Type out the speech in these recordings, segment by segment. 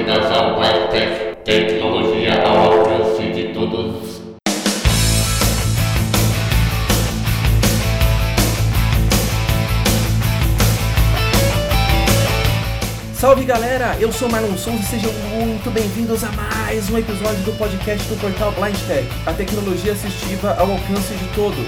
Bem-vindas ao BlindTech, tecnologia ao alcance de todos. Salve galera, eu sou Marlon Souza e sejam muito bem-vindos a mais um episódio do podcast do portal BlindTech, a tecnologia assistiva ao alcance de todos.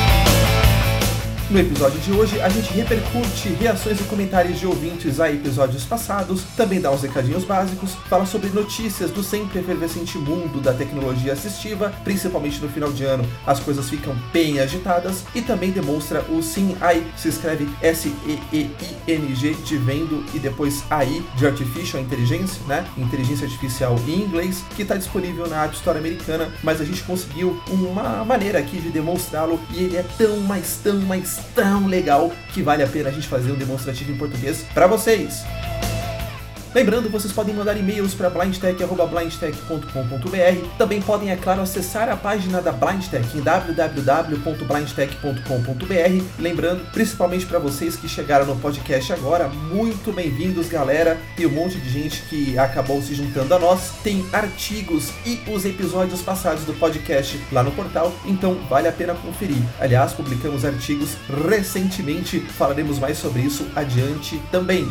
No episódio de hoje, a gente repercute reações e comentários de ouvintes a episódios passados, também dá uns recadinhos básicos, fala sobre notícias do sempre efervescente mundo da tecnologia assistiva, principalmente no final de ano, as coisas ficam bem agitadas, e também demonstra o SeeIng, se escreve S-E-E-I-N-G de vendo e depois AI de Artificial Intelligence, né? Inteligência Artificial em inglês, que está disponível na App Store americana, mas a gente conseguiu uma maneira aqui de demonstrá-lo e ele é tão legal que vale a pena a gente fazer um demonstrativo em português para vocês. Lembrando, vocês podem mandar e-mails para blindtech@blindtech.com.br. Também podem, é claro, acessar a página da BlindTech em www.blindtech.com.br. Lembrando, principalmente para vocês que chegaram no podcast agora, muito bem-vindos, galera. E um monte de gente que acabou se juntando a nós. Tem artigos e os episódios passados do podcast lá no portal, então vale a pena conferir. Aliás, publicamos artigos recentemente, falaremos mais sobre isso adiante também.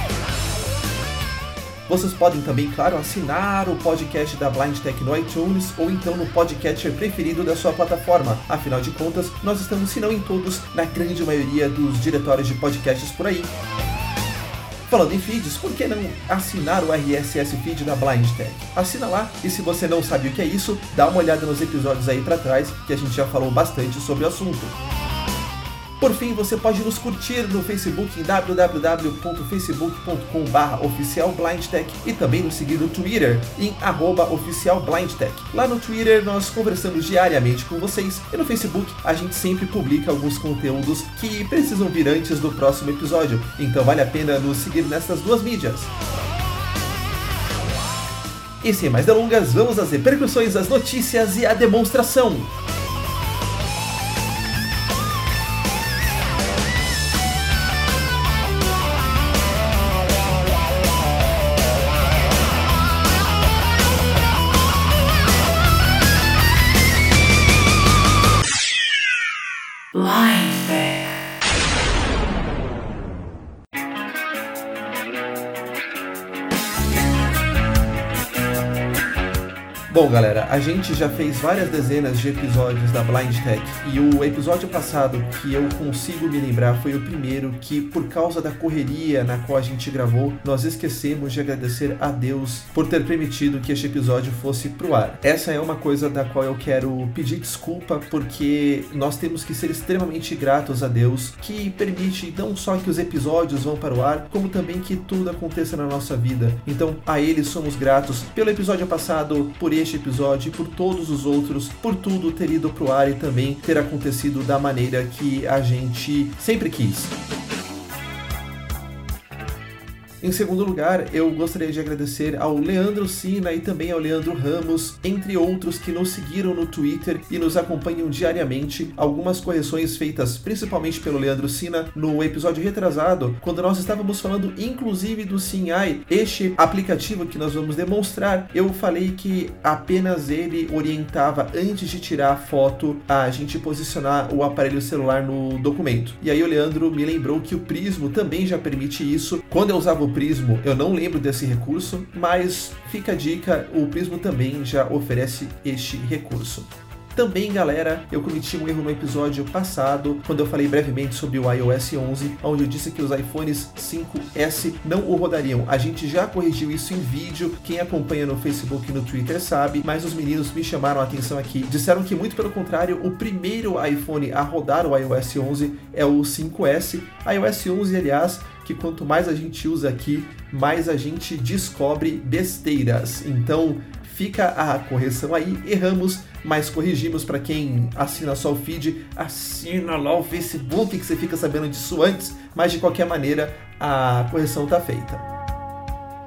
Vocês podem também, claro, assinar o podcast da BlindTech no iTunes ou então no podcatcher preferido da sua plataforma. Afinal de contas, nós estamos, se não em todos, na grande maioria dos diretórios de podcasts por aí. Falando em feeds, por que não assinar o RSS Feed da BlindTech? Assina lá e se você não sabe o que é isso, dá uma olhada nos episódios aí pra trás que a gente já falou bastante sobre o assunto. Por fim, você pode nos curtir no Facebook em www.facebook.com/oficialblindtech e também nos seguir no Twitter em @oficialblindtech. Lá no Twitter nós conversamos diariamente com vocês e no Facebook a gente sempre publica alguns conteúdos que precisam vir antes do próximo episódio, então vale a pena nos seguir nessas duas mídias. E sem mais delongas, vamos às repercussões, às notícias e à demonstração. Bom galera, a gente já fez várias dezenas de episódios da BlindTech e o episódio passado que eu consigo me lembrar foi o primeiro que, por causa da correria na qual a gente gravou, nós esquecemos de agradecer a Deus por ter permitido que este episódio fosse pro ar. Essa é uma coisa da qual eu quero pedir desculpa, porque nós temos que ser extremamente gratos a Deus, que permite não só que os episódios vão para o ar, como também que tudo aconteça na nossa vida. Então a Ele somos gratos pelo episódio passado, por este episódio e por todos os outros, por tudo ter ido pro ar e também ter acontecido da maneira que a gente sempre quis. Em segundo lugar, eu gostaria de agradecer ao Leandro Sina e também ao Leandro Ramos, entre outros que nos seguiram no Twitter e nos acompanham diariamente. Algumas correções feitas principalmente pelo Leandro Sina no episódio retrasado, quando nós estávamos falando inclusive do SeeIng, este aplicativo que nós vamos demonstrar. Eu falei que apenas ele orientava, antes de tirar a foto, a gente posicionar o aparelho celular no documento. E aí o Leandro me lembrou que o Prismo também já permite isso. Quando eu usava o Prismo, eu não lembro desse recurso, mas fica a dica, o Prismo também já oferece este recurso. Também, galera, eu cometi um erro no episódio passado, quando eu falei brevemente sobre o iOS 11, onde eu disse que os iPhones 5S não o rodariam. A gente já corrigiu isso em vídeo, quem acompanha no Facebook e no Twitter sabe, mas os meninos me chamaram a atenção aqui. Disseram que, muito pelo contrário, o primeiro iPhone a rodar o iOS 11 é o 5S. iOS 11, aliás, que quanto mais a gente usa aqui, mais a gente descobre besteiras. Então, fica a correção aí, erramos, mas corrigimos. Para quem assina só o feed, assina lá o Facebook que você fica sabendo disso antes, mas de qualquer maneira a correção está feita.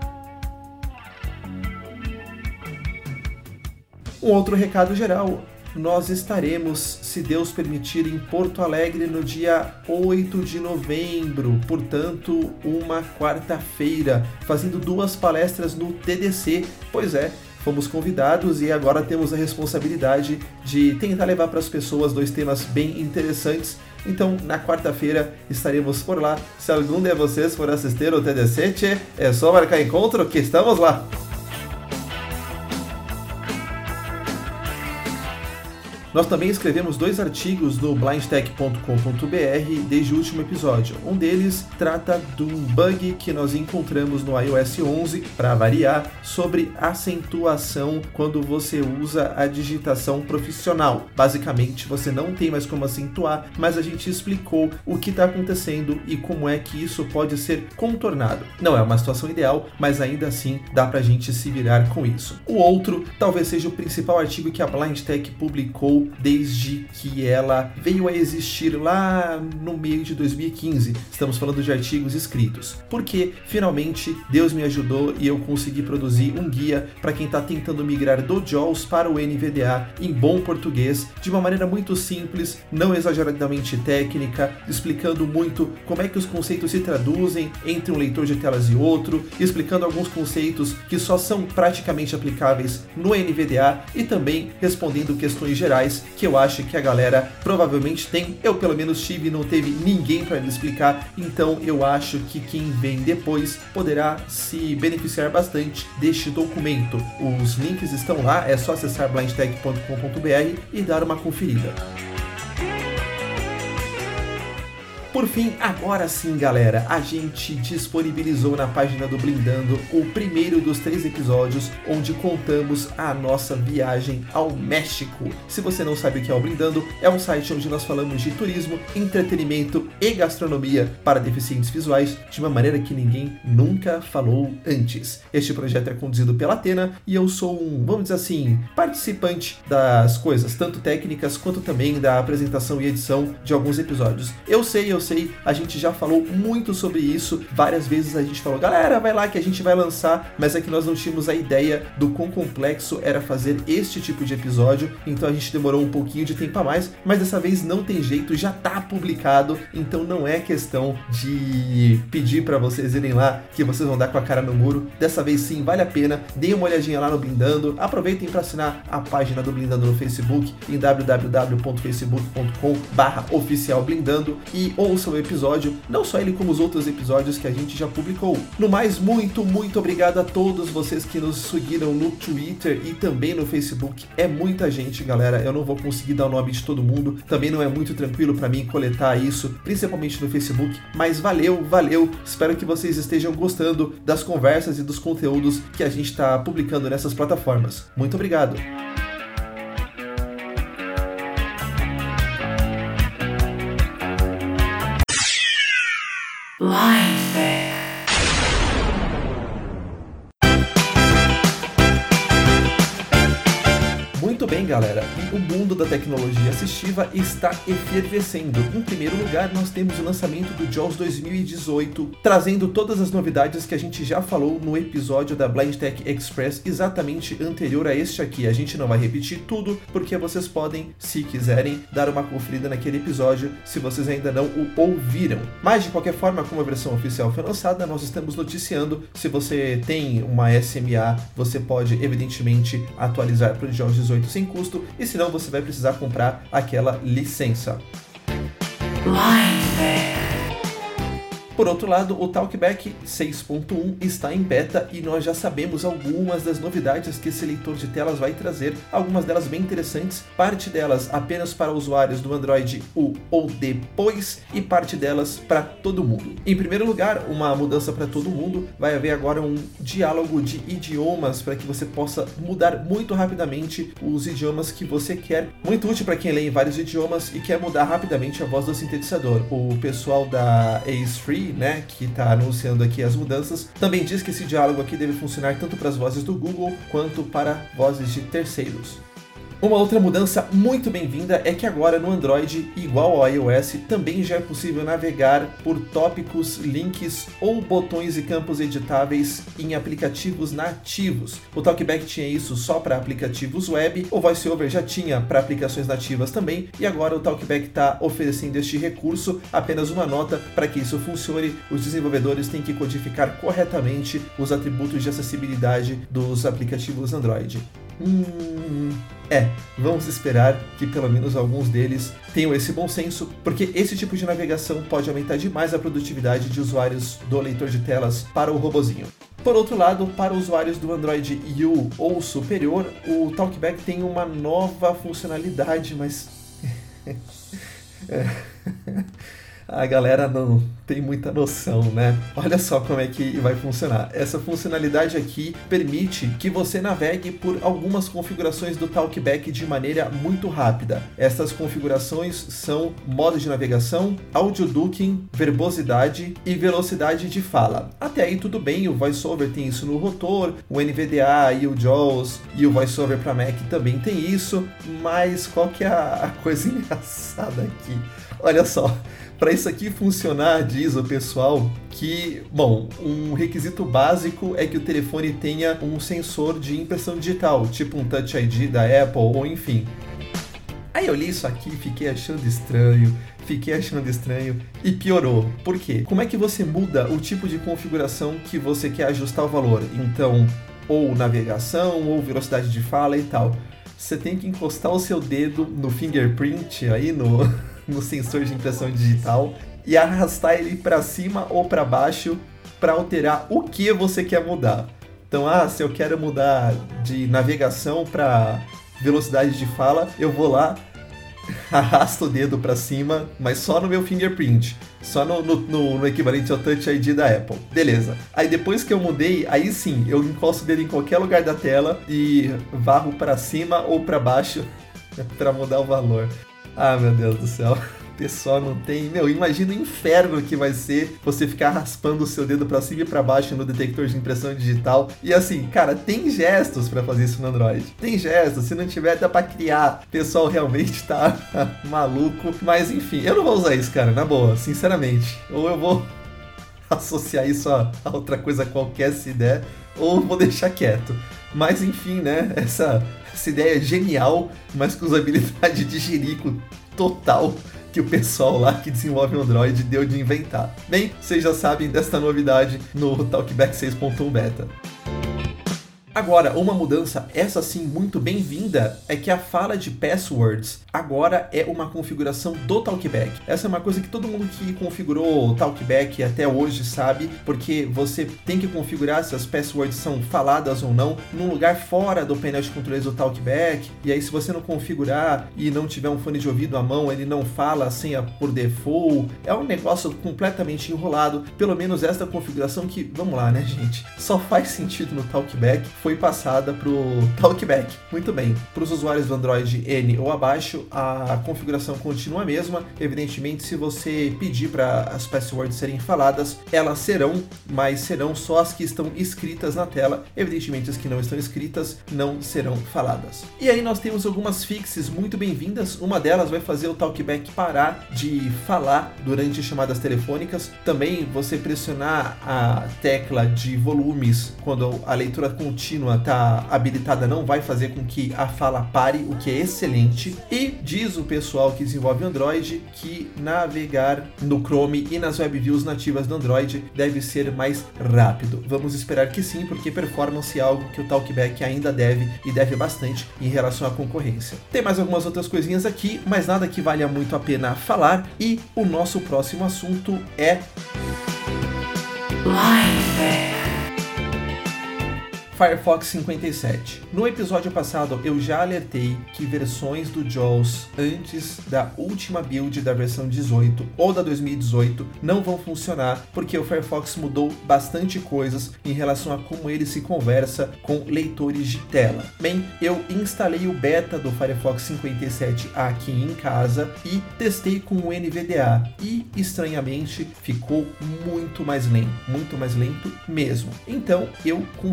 Um outro recado geral nós estaremos, se Deus permitir, em Porto Alegre no dia 8 de novembro, portanto, uma quarta-feira, fazendo 2 palestras no TDC. Pois é, fomos convidados e agora temos a responsabilidade de tentar levar para as pessoas 2 temas bem interessantes. Então, na quarta-feira estaremos por lá. Se algum de vocês for assistir o TDC, é só marcar encontro que estamos lá. Nós também escrevemos 2 artigos no blindtech.com.br desde o último episódio. Um deles trata de um bug que nós encontramos no iOS 11, para variar, sobre acentuação quando você usa a digitação profissional. Basicamente, você não tem mais como acentuar, mas a gente explicou o que está acontecendo e como é que isso pode ser contornado. Não é uma situação ideal, mas ainda assim dá para a gente se virar com isso. O outro talvez seja o principal artigo que a BlindTech publicou desde que ela veio a existir lá no meio de 2015. Estamos falando de artigos escritos. Porque finalmente Deus me ajudou e eu consegui produzir um guia para quem está tentando migrar do JAWS para o NVDA em bom português, de uma maneira muito simples, não exageradamente técnica, explicando muito como é que os conceitos se traduzem entre um leitor de telas e outro, explicando alguns conceitos que só são praticamente aplicáveis no NVDA e também respondendo questões gerais que eu acho que a galera provavelmente tem. Eu pelo menos tive e não teve ninguém para me explicar, então eu acho que quem vem depois poderá se beneficiar bastante deste documento. Os links estão lá, é só acessar blindtech.com.br e dar uma conferida. Por fim, agora sim, galera, a gente disponibilizou na página do Blindando o primeiro dos 3 episódios onde contamos a nossa viagem ao México. Se você não sabe o que é o Blindando, é um site onde nós falamos de turismo, entretenimento e gastronomia para deficientes visuais de uma maneira que ninguém nunca falou antes. Este projeto é conduzido pela Atena e eu sou um, vamos dizer assim, participante das coisas, tanto técnicas quanto também da apresentação e edição de alguns episódios. Eu sei, a gente já falou muito sobre isso, várias vezes a gente falou, galera, vai lá que a gente vai lançar, mas é que nós não tínhamos a ideia do quão complexo era fazer este tipo de episódio, então a gente demorou um pouquinho de tempo a mais, mas dessa vez não tem jeito, já tá publicado, então não é questão de pedir para vocês irem lá, que vocês vão dar com a cara no muro, dessa vez sim, vale a pena, deem uma olhadinha lá no Blindando, aproveitem para assinar a página do Blindando no Facebook, em www.facebook.com/oficialblindando e ouçam o episódio, não só ele como os outros episódios que a gente já publicou. No mais, muito obrigado a todos vocês que nos seguiram no Twitter e também no Facebook. É muita gente, galera, eu não vou conseguir dar o nome de todo mundo, também não é muito tranquilo para mim coletar isso, principalmente no Facebook, mas valeu, espero que vocês estejam gostando das conversas e dos conteúdos que a gente está publicando nessas plataformas. Muito obrigado! Muito bem, galera, e o mundo da tecnologia assistiva está efervescendo. Em primeiro lugar, nós temos o lançamento do JAWS 2018, trazendo todas as novidades que a gente já falou no episódio da BlindTech Express, exatamente anterior a este aqui. A gente não vai repetir tudo, porque vocês podem, se quiserem, dar uma conferida naquele episódio, se vocês ainda não o ouviram. Mas, de qualquer forma, como a versão oficial foi lançada, nós estamos noticiando. Se você tem uma SMA, você pode, evidentemente, atualizar para o JAWS 18 sem custo, e senão você vai precisar comprar aquela licença. Por outro lado, o Talkback 6.1 está em beta e nós já sabemos algumas das novidades que esse leitor de telas vai trazer, algumas delas bem interessantes, parte delas apenas para usuários do Android U ou depois e parte delas para todo mundo. Em primeiro lugar, uma mudança para todo mundo, vai haver agora um diálogo de idiomas para que você possa mudar muito rapidamente os idiomas que você quer, muito útil para quem lê em vários idiomas e quer mudar rapidamente a voz do sintetizador. O pessoal da Ace Free, né, que está anunciando aqui as mudanças, também diz que esse diálogo aqui deve funcionar tanto para as vozes do Google quanto para vozes de terceiros. Uma outra mudança muito bem-vinda é que agora no Android, igual ao iOS, também já é possível navegar por tópicos, links ou botões e campos editáveis em aplicativos nativos. O TalkBack tinha isso só para aplicativos web, o VoiceOver já tinha para aplicações nativas também, e agora o TalkBack está oferecendo este recurso. Apenas uma nota: para que isso funcione, os desenvolvedores têm que codificar corretamente os atributos de acessibilidade dos aplicativos Android. Vamos esperar que pelo menos alguns deles tenham esse bom senso, porque esse tipo de navegação pode aumentar demais a produtividade de usuários do leitor de telas para o robozinho. Por outro lado, para usuários do Android U ou superior, o TalkBack tem uma nova funcionalidade, mas a galera não tem muita noção, né? Olha só como é que vai funcionar. Essa funcionalidade aqui permite que você navegue por algumas configurações do TalkBack de maneira muito rápida. Essas configurações são modo de navegação, audio ducking, verbosidade e velocidade de fala. Até aí tudo bem, o VoiceOver tem isso no rotor, o NVDA e o JAWS e o VoiceOver para Mac também tem isso, mas qual que é a coisa engraçada aqui? Olha só. Para isso aqui funcionar, diz o pessoal que, um requisito básico é que o telefone tenha um sensor de impressão digital, tipo um Touch ID da Apple ou enfim. Aí eu li isso aqui e fiquei achando estranho e piorou. Por quê? Como é que você muda o tipo de configuração que você quer ajustar o valor? Então, ou navegação, ou velocidade de fala e tal. Você tem que encostar o seu dedo no fingerprint aí no sensor de impressão digital e arrastar ele para cima ou para baixo para alterar o que você quer mudar. Então, se eu quero mudar de navegação para velocidade de fala, eu vou lá, arrasto o dedo para cima, mas só no meu fingerprint, só no equivalente ao Touch ID da Apple. Beleza. Aí depois que eu mudei, aí sim, eu encosto o dedo em qualquer lugar da tela e varro para cima ou para baixo para mudar o valor. Meu Deus do céu, o pessoal não tem... imagina o inferno que vai ser você ficar raspando o seu dedo pra cima e pra baixo no detector de impressão digital. E assim, cara, tem gestos pra fazer isso no Android. Tem gestos, se não tiver dá pra criar. O pessoal realmente tá maluco. Mas enfim, eu não vou usar isso, cara, na boa, sinceramente. Ou eu vou associar isso a outra coisa qualquer se der, ou vou deixar quieto. Mas enfim, né, essa ideia é genial, mas com usabilidade de jerico total que o pessoal lá que desenvolve o Android deu de inventar. Bem, vocês já sabem desta novidade no TalkBack 6.1 Beta. Agora, uma mudança, essa sim muito bem-vinda, é que a fala de passwords agora é uma configuração do TalkBack. Essa é uma coisa que todo mundo que configurou o TalkBack até hoje sabe, porque você tem que configurar se as passwords são faladas ou não num lugar fora do painel de controles do TalkBack, e aí se você não configurar e não tiver um fone de ouvido à mão, ele não fala a senha por default. É um negócio completamente enrolado, pelo menos esta configuração que, vamos lá, né, gente, só faz sentido no TalkBack, foi passada para o TalkBack. Muito bem, para os usuários do Android N ou abaixo, a configuração continua a mesma. Evidentemente, se você pedir para as passwords serem faladas, elas serão, mas serão só as que estão escritas na tela. Evidentemente, as que não estão escritas não serão faladas. E aí nós temos algumas fixes muito bem-vindas. Uma delas vai fazer o TalkBack parar de falar durante chamadas telefônicas. Também você pressionar a tecla de volumes quando a leitura contínua está habilitada não vai fazer com que a fala pare, o que é excelente. E diz o pessoal que desenvolve Android que navegar no Chrome e nas WebViews nativas do Android deve ser mais rápido. Vamos esperar que sim, porque performance é algo que o TalkBack ainda deve e deve bastante em relação à concorrência. Tem mais algumas outras coisinhas aqui, mas nada que valha muito a pena falar, e o nosso próximo assunto é Firefox 57. No episódio passado eu já alertei que versões do JAWS antes da última build da versão 18 ou da 2018 não vão funcionar, porque o Firefox mudou bastante coisas em relação a como ele se conversa com leitores de tela. Bem, eu instalei o beta do Firefox 57 aqui em casa e testei com o NVDA e, estranhamente, ficou muito mais lento mesmo. Então eu confirmei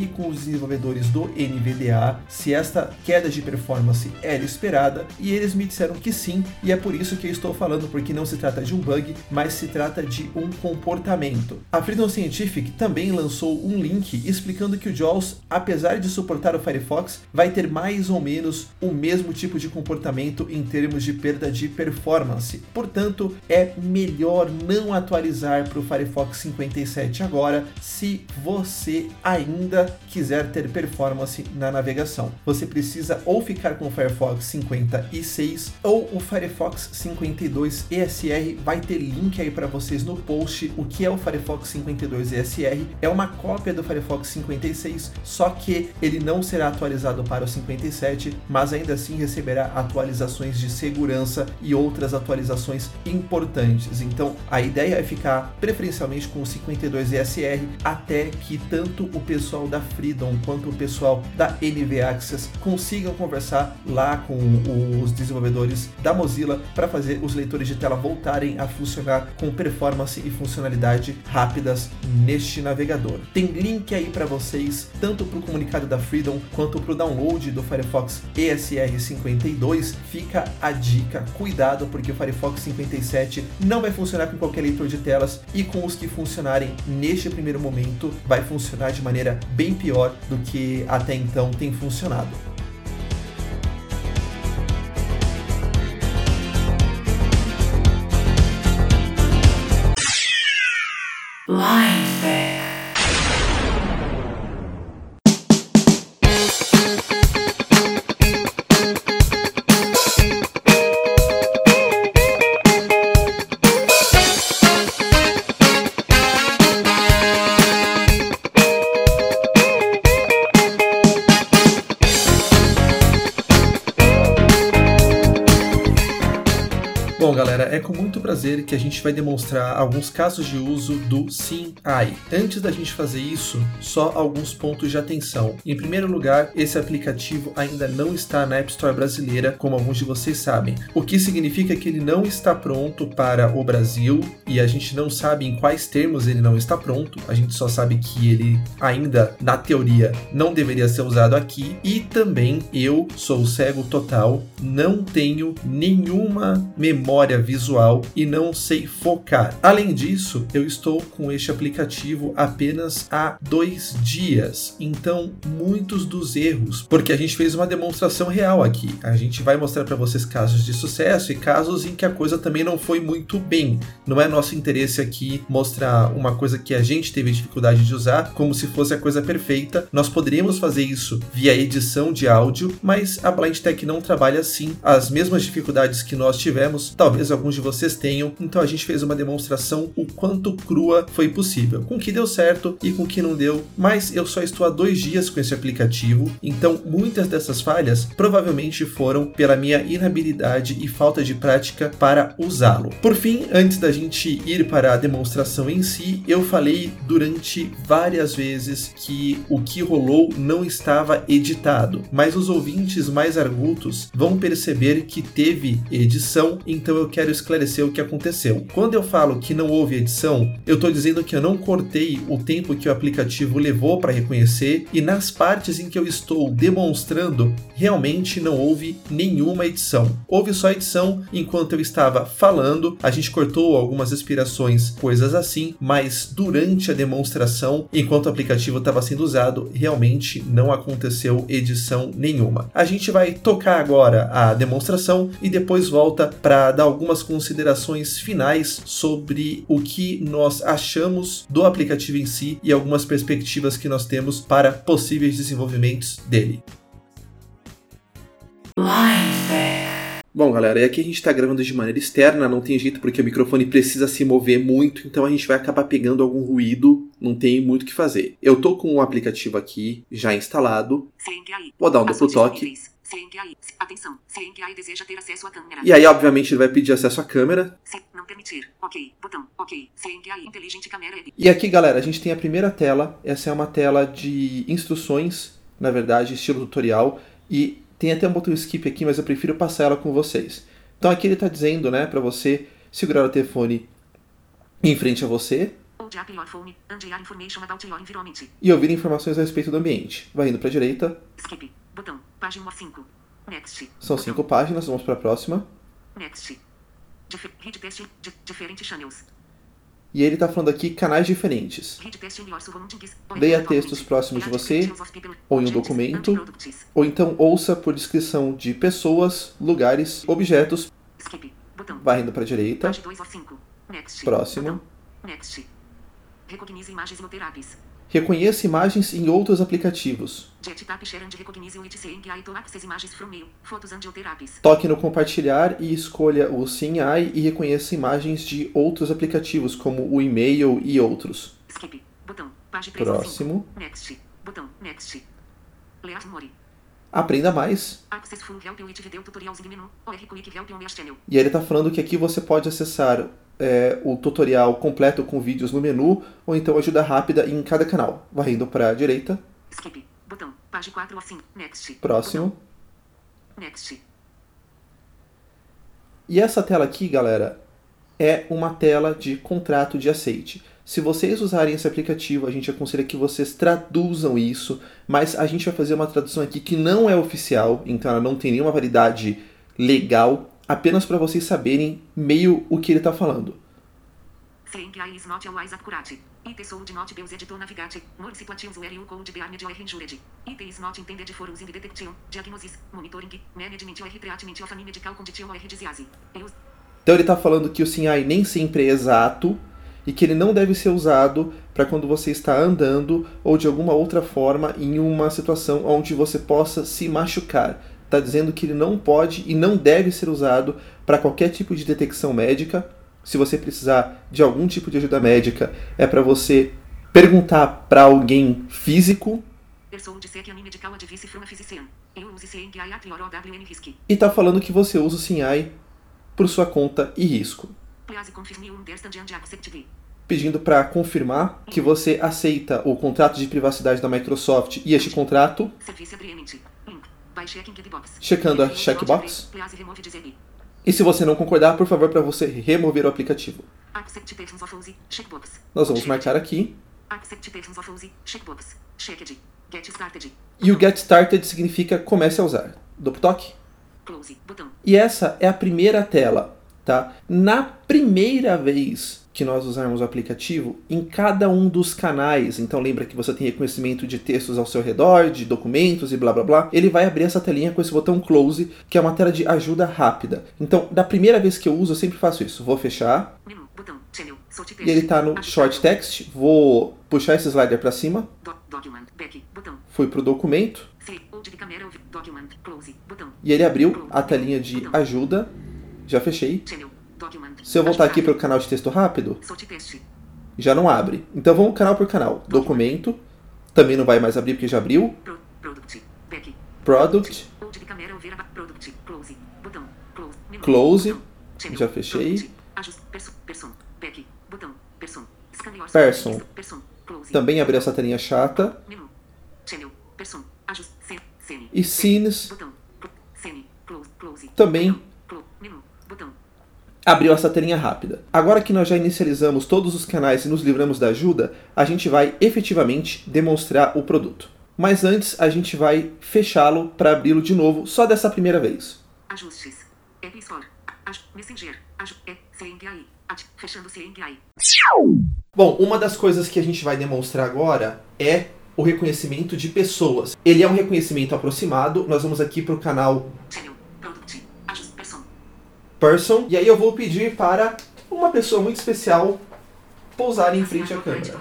verifique com os desenvolvedores do NVDA se esta queda de performance era esperada, e eles me disseram que sim, e é por isso que eu estou falando, porque não se trata de um bug, mas se trata de um comportamento. A Freedom Scientific também lançou um link explicando que o JAWS, apesar de suportar o Firefox, vai ter mais ou menos o mesmo tipo de comportamento em termos de perda de performance. Portanto, é melhor não atualizar para o Firefox 57 agora, se você ainda quiser ter performance na navegação. Você precisa ou ficar com o Firefox 56 ou o Firefox 52 ESR. Vai ter link aí para vocês no post. O que é o Firefox 52 ESR? É uma cópia do Firefox 56, só que ele não será atualizado para o 57, mas ainda assim receberá atualizações de segurança e outras atualizações importantes. Então a ideia é ficar preferencialmente com o 52 ESR até que tanto o pessoal da Freedom quanto o pessoal da NV Access consigam conversar lá com os desenvolvedores da Mozilla para fazer os leitores de tela voltarem a funcionar com performance e funcionalidade rápidas neste navegador. Tem link aí para vocês, tanto para o comunicado da Freedom quanto para o download do Firefox ESR 52. Fica a dica, cuidado, porque o Firefox 57 não vai funcionar com qualquer leitor de telas, e com os que funcionarem neste primeiro momento vai funcionar de maneira bem pior do que até então tem funcionado. Bom, galera, é com muito prazer que a gente vai demonstrar alguns casos de uso do SimAI. Antes da gente fazer isso, só alguns pontos de atenção. Em primeiro lugar, esse aplicativo ainda não está na App Store brasileira, como alguns de vocês sabem, o que significa que ele não está pronto para o Brasil, e a gente não sabe em quais termos ele não está pronto. A gente só sabe que ele ainda, na teoria, não deveria ser usado aqui, e também eu sou cego total, não tenho nenhuma memória visual e não sei focar. Além disso, eu estou com este aplicativo apenas há 2 dias, então muitos dos erros, porque a gente fez uma demonstração real aqui, a gente vai mostrar para vocês casos de sucesso e casos em que a coisa também não foi muito bem. Não é nosso interesse aqui mostrar uma coisa que a gente teve dificuldade de usar como se fosse a coisa perfeita. Nós poderíamos fazer isso via edição de áudio, mas a Blind Tech não trabalha assim. As mesmas dificuldades que nós tivemos, talvez alguns de vocês tenham, então a gente fez uma demonstração o quanto crua foi possível, com o que deu certo e com o que não deu, mas eu só estou há 2 dias com esse aplicativo, então muitas dessas falhas provavelmente foram pela minha inabilidade e falta de prática para usá-lo. Por fim, antes da gente ir para a demonstração em si, eu falei durante várias vezes que o que rolou não estava editado, mas os ouvintes mais argutos vão perceber que teve edição, então eu quero esclarecer o que aconteceu. Quando eu falo que não houve edição, eu estou dizendo que eu não cortei o tempo que o aplicativo levou para reconhecer, e nas partes em que eu estou demonstrando, realmente não houve nenhuma edição. Houve só edição enquanto eu estava falando, a gente cortou algumas respirações, coisas assim, mas durante a demonstração, enquanto o aplicativo estava sendo usado, realmente não aconteceu edição nenhuma. A gente vai tocar agora a demonstração e depois volta para dar algumas considerações finais sobre o que nós achamos do aplicativo em si e algumas perspectivas que nós temos para possíveis desenvolvimentos dele. Bom, galera, e aqui a gente está gravando de maneira externa, não tem jeito porque o microfone precisa se mover muito, então a gente vai acabar pegando algum ruído, não tem muito o que fazer. Eu tô com o aplicativo aqui já instalado, vou dar um duplo toque. Atenção, CMPI deseja ter acesso à câmera. E aí, obviamente, ele vai pedir acesso à câmera. Não permitir. Ok. Botão. Ok. CMPI Intelligent Camera. E aqui, galera, a gente tem a primeira tela. Essa é uma tela de instruções, na verdade, estilo tutorial. E tem até um botão skip aqui, mas eu prefiro passar ela com vocês. Então aqui ele está dizendo, né, para você segurar o telefone em frente a você. Hold up your phone and hear information about your environment. E ouvir informações a respeito do ambiente. Vai indo para a direita. Skip. Botão. Página 5. Next. São 5 páginas, vamos para a próxima. Next. Read test. Different channels. E ele está falando aqui canais diferentes. Read test in your surroundings. Leia textos próximos de você, ou em um documento, ou então ouça por descrição de pessoas, lugares, objetos. Skip. Botão. Vai indo para a direita. Page 2 of 5. Next. Próximo. Botão. Next. Recognize imagens no therapies. Reconheça imagens em outros aplicativos. Jet tap share and recognize with seeing eye to access images from mail, photos and therapies. Toque no compartilhar e escolha o Seeing Eye e reconheça imagens de outros aplicativos, como o e-mail e outros. Skip. Botão. Page 3 of 5. Próximo. Next. Botão. Next. Learn more. Aprenda mais. Access full help with video tutorials in menu. Or quick help on your channel. E ele está falando que aqui você pode acessar o tutorial completo com vídeos no menu, ou então ajuda rápida em cada canal. Vai indo para a direita. Skip. Botão. Page 4 of 5. Next. Próximo. Botão. Next. E essa tela aqui, galera, é uma tela de contrato de aceite. Se vocês usarem esse aplicativo, a gente aconselha que vocês traduzam isso, mas a gente vai fazer uma tradução aqui que não é oficial, então ela não tem nenhuma validade legal, apenas para vocês saberem meio o que ele está falando. Seeing eye is not always accurate. It should not be used to navigate more situations where you could be harmed or injured. It is not intended for using detection, diagnosis, monitoring, management or treatment of any medical condition or disease. Então ele está falando que o Seeing Eye nem sempre é exato e que ele não deve ser usado para quando você está andando ou de alguma outra forma em uma situação onde você possa se machucar. Está dizendo que ele não pode e não deve ser usado para qualquer tipo de detecção médica. Se você precisar de algum tipo de ajuda médica, é para você perguntar para alguém físico. E está falando que você usa o Seeing Eye por sua conta e risco. Pedindo para confirmar que você aceita o contrato de privacidade da Microsoft e este contrato. Checando a checkbox. E se você não concordar, por favor, para você remover o aplicativo. Nós vamos marcar aqui. E o Get Started significa comece a usar. Duplo toque. E essa é a primeira tela, tá? Na primeira vez que nós usarmos o aplicativo, em cada um dos canais, então lembra que você tem reconhecimento de textos ao seu redor, de documentos e blá blá blá, ele vai abrir essa telinha com esse botão Close, que é uma tela de ajuda rápida. Então, da primeira vez que eu uso, eu sempre faço isso. Vou fechar. E ele está no Short Text. Vou puxar esse slider para cima. Fui para o documento. E ele abriu a telinha de ajuda. Já fechei. Se eu voltar aqui para o canal de texto rápido, já não abre. Então vamos canal por canal. Documento. Também não vai mais abrir porque já abriu. Product. Close. Já fechei. Person. Também abriu essa telinha chata. E Scenes. Também abriu essa telinha rápida. Agora que nós já inicializamos todos os canais e nos livramos da ajuda, a gente vai efetivamente demonstrar o produto. Mas antes, a gente vai fechá-lo para abri-lo de novo, só dessa primeira vez. Ajustes. App Store. Messenger. Seeing Eye. Fechando Seeing Eye. Bom, uma das coisas que a gente vai demonstrar agora é o reconhecimento de pessoas. Ele é um reconhecimento aproximado. Nós vamos aqui para o canal Person. E aí eu vou pedir para uma pessoa muito especial pousar em frente à câmera.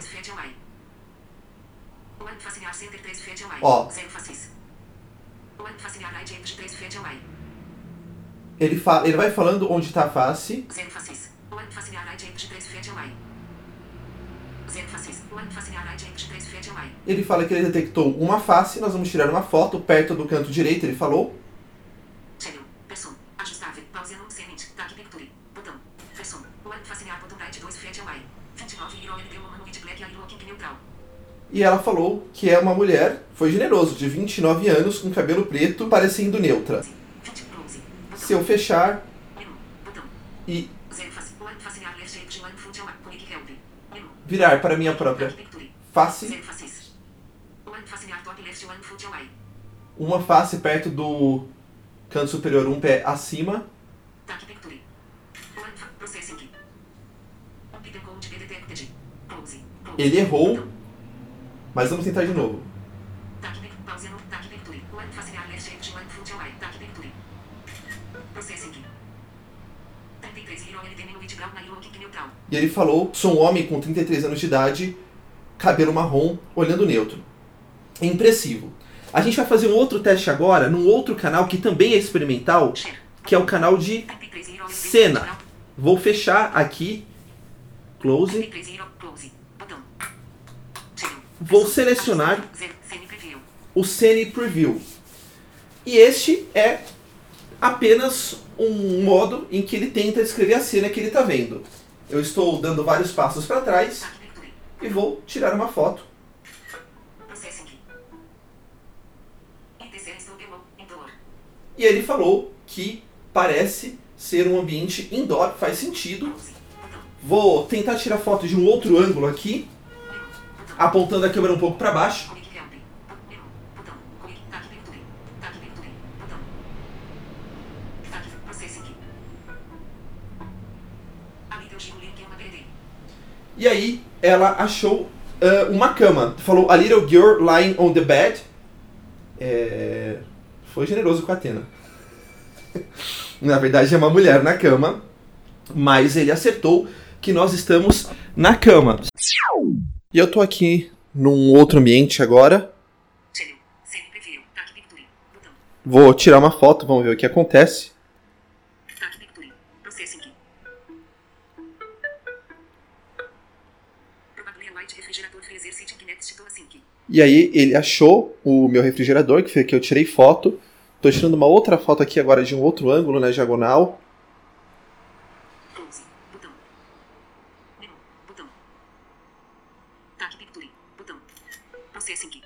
Ó. Ele vai falando onde está a face. Ele fala que ele detectou uma face. Nós vamos tirar uma foto perto do canto direito. Ele falou. E ela falou que é uma mulher, foi generoso, de 29 anos, com cabelo preto, parecendo neutra. Se eu fechar e virar para minha própria face. Zero faces. One face near top left, one foot away. Uma face perto do canto superior, um pé acima. Tag picture. One processing. Hidden code be detected. Pause. Ele errou, mas vamos tentar de novo. Tag pause no tag picture. One face near left edge, one foot away. Tag picture. Processing. 33 Hero LD menu with brown nylon kick neutral. E ele falou, sou um homem com 33 anos de idade, cabelo marrom, olhando neutro. É impressivo. A gente vai fazer um outro teste agora, num outro canal que também é experimental, que é o canal de 33 Hero LD cena. Vou fechar aqui, close. 33 Hero close. Botão. Vou selecionar Scene preview. o Scene Preview. E este é apenas um modo em que ele tenta descrever a cena que ele está vendo. Eu estou dando vários passos para trás Tag picture. e vou tirar uma foto. Processing. ITC Studio Indoor. E ele falou que parece ser um ambiente indoor, faz sentido. Close. Botão. Vou tentar tirar foto de um outro ângulo aqui, Menu. Botão. apontando a câmera um pouco para baixo. Comic help. Menu. Botão. Comic. Tag picture. Tag picture. Botão. Tag processing. Ali deu giro link uma BD. E aí ela achou uma cama. Falou, a little girl lying on the bed. Foi generoso com a Atena. Na verdade é uma mulher na cama, mas ele acertou que nós estamos na cama. E eu tô aqui num outro ambiente agora. Channel. Scene preview. Tag picture. Botão. Vou tirar uma foto, vamos ver o que acontece. Tag picture. Processing. Probably a white refrigerator freezer sitting next to a sink. E aí ele achou o meu refrigerador, que foi que eu tirei foto. Tô tirando uma outra foto aqui agora de um outro ângulo na diagonal. Close. Botão. Menu. Botão. Tag picture. Botão. Processing.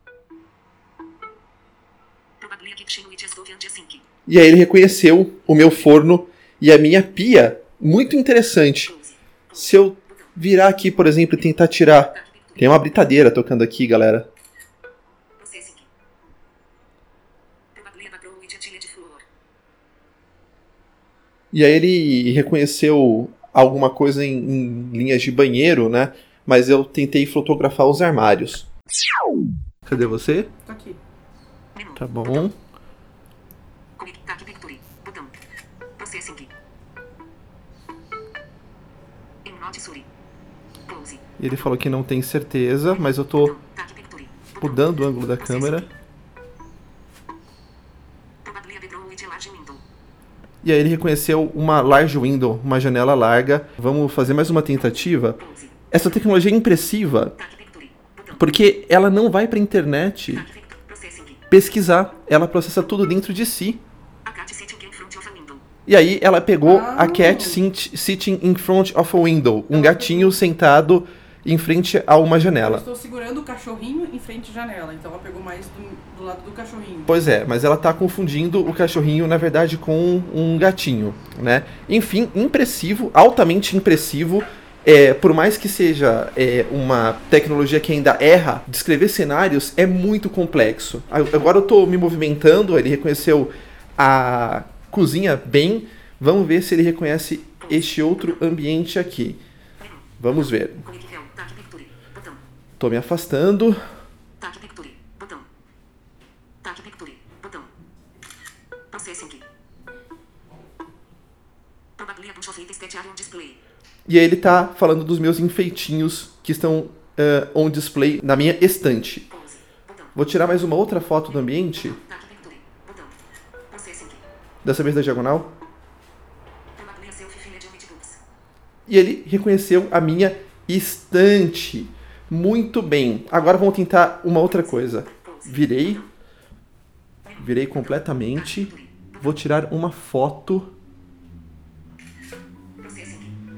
Probably a kitchen with a stove and a sink. E aí ele reconheceu o meu forno e a minha pia. Muito interessante. Close. Se eu virar aqui, por exemplo, e tentar tirar... Tag picture. Tem uma britadeira tocando aqui, galera. Processing. Probably a background with a tiled floor. E aí ele reconheceu alguma coisa em linhas de banheiro, né? Mas eu tentei fotografar os armários. Cadê você? Tô aqui. Menu. Tá bom. Comic. Tag picture. Botão. Processing. Em Not Suri. Close. Ele falou que não tem certeza, mas eu tô Botão. Tag picture. Botão. mudando o ângulo da Processing. câmera. Probably a bedroom with a large window. E aí ele reconheceu uma large window, uma janela larga. Vamos fazer mais uma tentativa. Close. Essa tecnologia é impressiva Tag picture. Botão. porque ela não vai para a internet Tag picture. Processing. pesquisar. Ela processa tudo dentro de si. A cat sitting in front of a window. E aí ela pegou a cat sitting in front of a window. Um gatinho sentado em frente a uma Eu janela. estou segurando o cachorrinho em frente à janela, então ela pegou mais do lado do cachorrinho. Pois é, mas ela tá confundindo o cachorrinho, na verdade, com um gatinho, né? Enfim, impressivo, altamente impressivo. Por mais que seja uma tecnologia que ainda erra, descrever cenários é muito complexo. Agora eu tô me movimentando, ele reconheceu a cozinha bem. Vamos ver se ele reconhece este outro ambiente aqui. Vamos ver. Comic help. Tag picture. Botão. Tô me afastando. Tag picture. Botão. Tag picture. Botão. Processing. Probably a bunch of items that are on display. E aí ele tá falando dos meus enfeitinhos que estão on display na minha estante. Pause. Botão. Vou tirar mais uma outra foto do ambiente, Tag picture. Botão. Processing. dessa vez da diagonal. Probably a selfie filled with books. E ele reconheceu a minha estante. Muito bem. Agora vamos tentar uma outra coisa. Virei completamente. Vou tirar uma foto. Processing.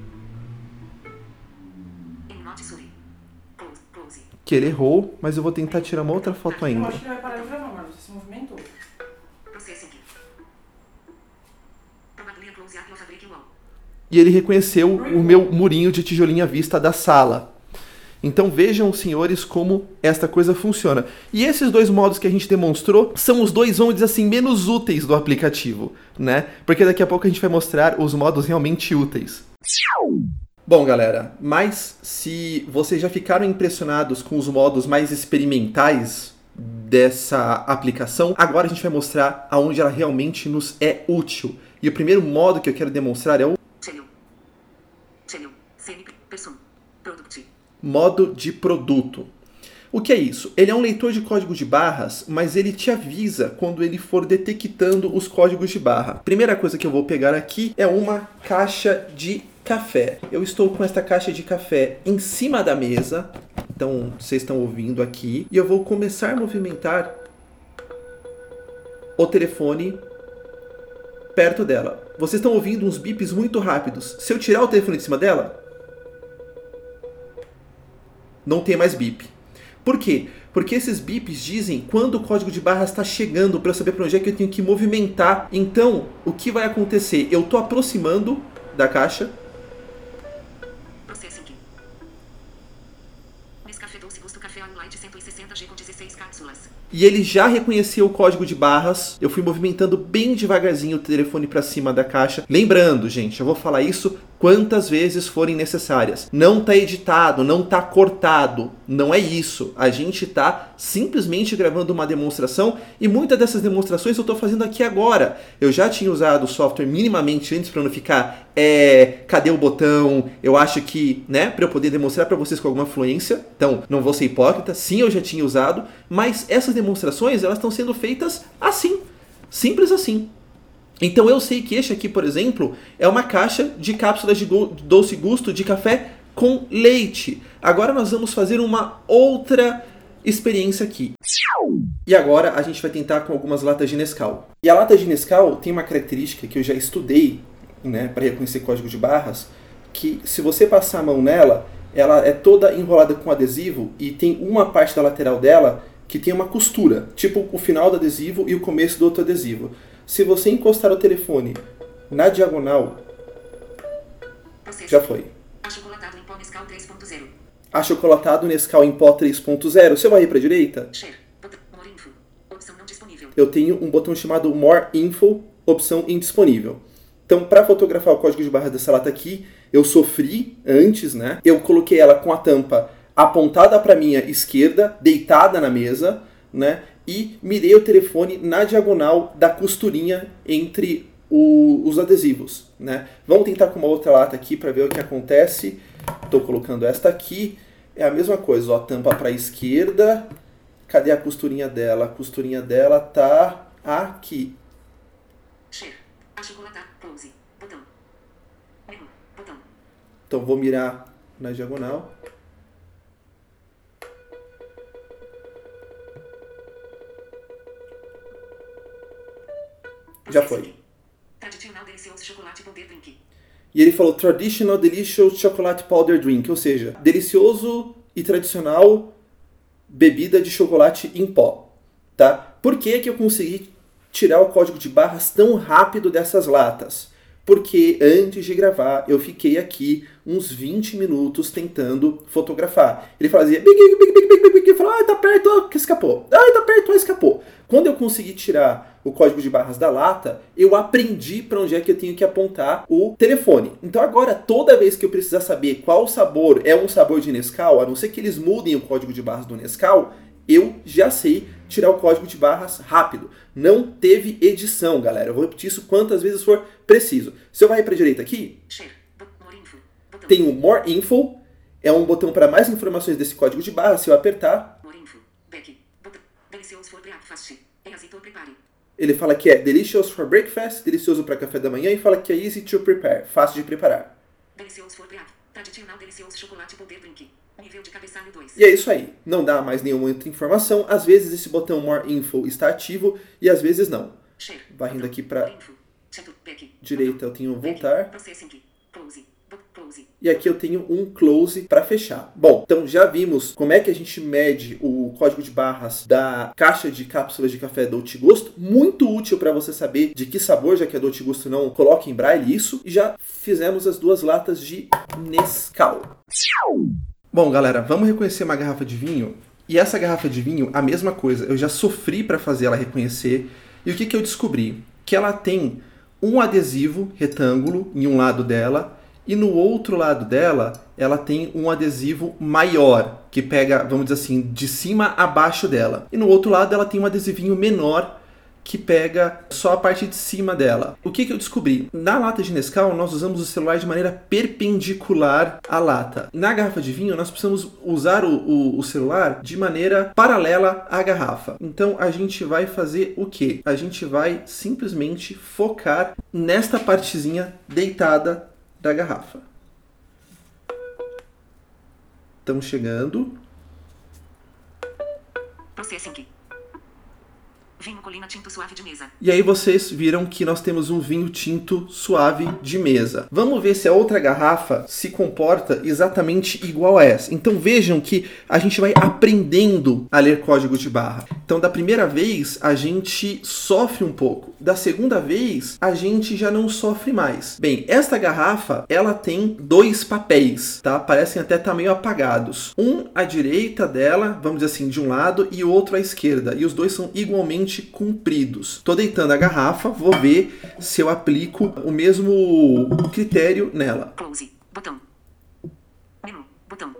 Em Not Suri. Close. Que ele errou, mas eu vou tentar tirar uma outra foto Eu ainda. acho que vai parar de gravar, Marcos. Esse movimento. Processing. Probably a close up of a brick wall. E ele reconheceu o meu murinho de tijolinho à vista da sala. Então vejam, senhores, como esta coisa funciona. E esses dois modos que a gente demonstrou são os dois, vamos dizer assim, menos úteis do aplicativo, né? Porque daqui a pouco a gente vai mostrar os modos realmente úteis. Bom, galera, mas se vocês já ficaram impressionados com os modos mais experimentais dessa aplicação, agora a gente vai mostrar aonde ela realmente nos é útil. E o primeiro modo que eu quero demonstrar é o modo de produto. O que é isso? Ele é um leitor de código de barras, mas ele te avisa quando ele for detectando os códigos de barra. Primeira coisa que eu vou pegar aqui é uma caixa de café. Eu estou com esta caixa de café em cima da mesa, então vocês estão ouvindo aqui, e eu vou começar a movimentar o telefone perto dela. Vocês estão ouvindo uns bips muito rápidos. Se eu tirar o telefone de cima dela, não tem mais bip. Por quê? Porque esses bips dizem quando o código de barras está chegando para eu saber para onde é que eu tenho que movimentar. Então, o que vai acontecer? Eu estou aproximando da caixa. Nescafé doce gusto café all light 160G com 16 cápsulas. E ele já reconheceu o código de barras. Eu fui movimentando bem devagarzinho o telefone para cima da caixa. Lembrando, gente, eu vou falar isso quantas vezes forem necessárias. Não tá editado, não tá cortado. Não é isso. A gente tá simplesmente gravando uma demonstração e muitas dessas demonstrações eu tô fazendo aqui agora. Eu já tinha usado o software minimamente antes para não ficar, cadê o botão? Eu acho que, né, para eu poder demonstrar para vocês com alguma fluência. Então, não vou ser hipócrita. Sim, eu já tinha usado, mas essas demonstrações, elas estão sendo feitas assim. Simples assim. Então eu sei que este aqui, por exemplo, é uma caixa de cápsulas de doce gusto de café com leite. Agora nós vamos fazer uma outra experiência aqui. E agora a gente vai tentar com algumas latas de Nescau. E a lata de Nescau tem uma característica que eu já estudei, né, para reconhecer código de barras, que se você passar a mão nela, ela é toda enrolada com adesivo e tem uma parte da lateral dela que tem uma costura, tipo o final do adesivo e o começo do outro adesivo. Se você encostar o telefone na diagonal, já foi. Achocolatado em pó Nescau 3.0. Achocolatado Nescau em pó 3.0. Se eu varrer para a direita, Share. Botão More Info. Opção não disponível. eu tenho um botão chamado More Info, opção indisponível. Então, para fotografar o código de barras dessa lata aqui, eu sofri antes, né? Eu coloquei ela com a tampa apontada para minha esquerda, deitada na mesa, né? E mirei o telefone na diagonal da costurinha entre os adesivos, né? Vamos tentar com uma outra lata aqui para ver o que acontece. Estou colocando esta aqui. É a mesma coisa, ó, tampa para a esquerda. Cadê a costurinha dela? A costurinha dela tá aqui. Share. Achocolatar. Close. Botão. Menu. Botão. Então vou mirar na diagonal. Já foi. Tradicional delicioso chocolate powder drink. E ele falou Traditional Delicious Chocolate Powder Drink, ou seja, delicioso e tradicional bebida de chocolate em pó, tá? Por que que eu consegui tirar o código de barras tão rápido dessas latas? Porque antes de gravar, eu fiquei aqui uns 20 minutos tentando fotografar. Ele fazia... Eu falava, tá perto, escapou. Tá perto, escapou. Quando eu consegui tirar o código de barras da lata, eu aprendi para onde é que eu tenho que apontar o telefone. Então agora, toda vez que eu precisar saber qual sabor é um sabor de Nescau, a não ser que eles mudem o código de barras do Nescau, eu já sei tirar o código de barras rápido. Não teve edição, galera. Eu vou repetir isso quantas vezes for preciso. Se eu varrer para a direita aqui, tem o More Info. É um botão para mais informações desse código de barras. Se eu apertar, ele fala que é Delicious for Breakfast, delicioso para café da manhã, e fala que é Easy to Prepare, fácil de preparar. Delicioso for breakfast. Tradicional delicioso chocolate powder drink. Nível de cabeçalho 2. E é isso aí. Não dá mais nenhuma outra informação. Às vezes esse botão More Info está ativo e às vezes não. Varrendo aqui para direita eu tenho voltar. E aqui eu tenho um close para fechar. Bom, então já vimos como é que a gente mede o código de barras da caixa de cápsulas de café Dolce Gusto. Muito útil para você saber de que sabor, já que a Dolce Gusto não coloca em braille isso. E já fizemos as duas latas de Nescau. Bom, galera, vamos reconhecer uma garrafa de vinho? E essa garrafa de vinho, a mesma coisa. Eu já sofri para fazer ela reconhecer. E o que eu descobri? Que ela tem um adesivo retângulo em um lado dela e no outro lado dela ela tem um adesivo maior, que pega, vamos dizer assim, de cima a baixo dela. E no outro lado ela tem um adesivinho menor que pega só a parte de cima dela. O que eu descobri? Na lata de Nescau, nós usamos o celular de maneira perpendicular à lata. Na garrafa de vinho, nós precisamos usar o celular de maneira paralela à garrafa. Então, a gente vai fazer o quê? A gente vai simplesmente focar nesta partezinha deitada da garrafa. Estamos chegando. Processing. Vinho Colina tinto suave de mesa. E aí vocês viram que nós temos um vinho tinto suave de mesa. Vamos ver se a outra garrafa se comporta exatamente igual a essa. Então vejam que a gente vai aprendendo a ler código de barra. Então da primeira vez a gente sofre um pouco. Da segunda vez a gente já não sofre mais. Bem, esta garrafa ela tem 2 papéis, tá? Parecem até estar meio apagados. Um à direita dela, vamos dizer assim, de um lado, e o outro à esquerda. E os dois são igualmente compridos. Tô deitando a garrafa, vou ver se eu aplico o mesmo critério nela. Close. Botão. Menu. Botão.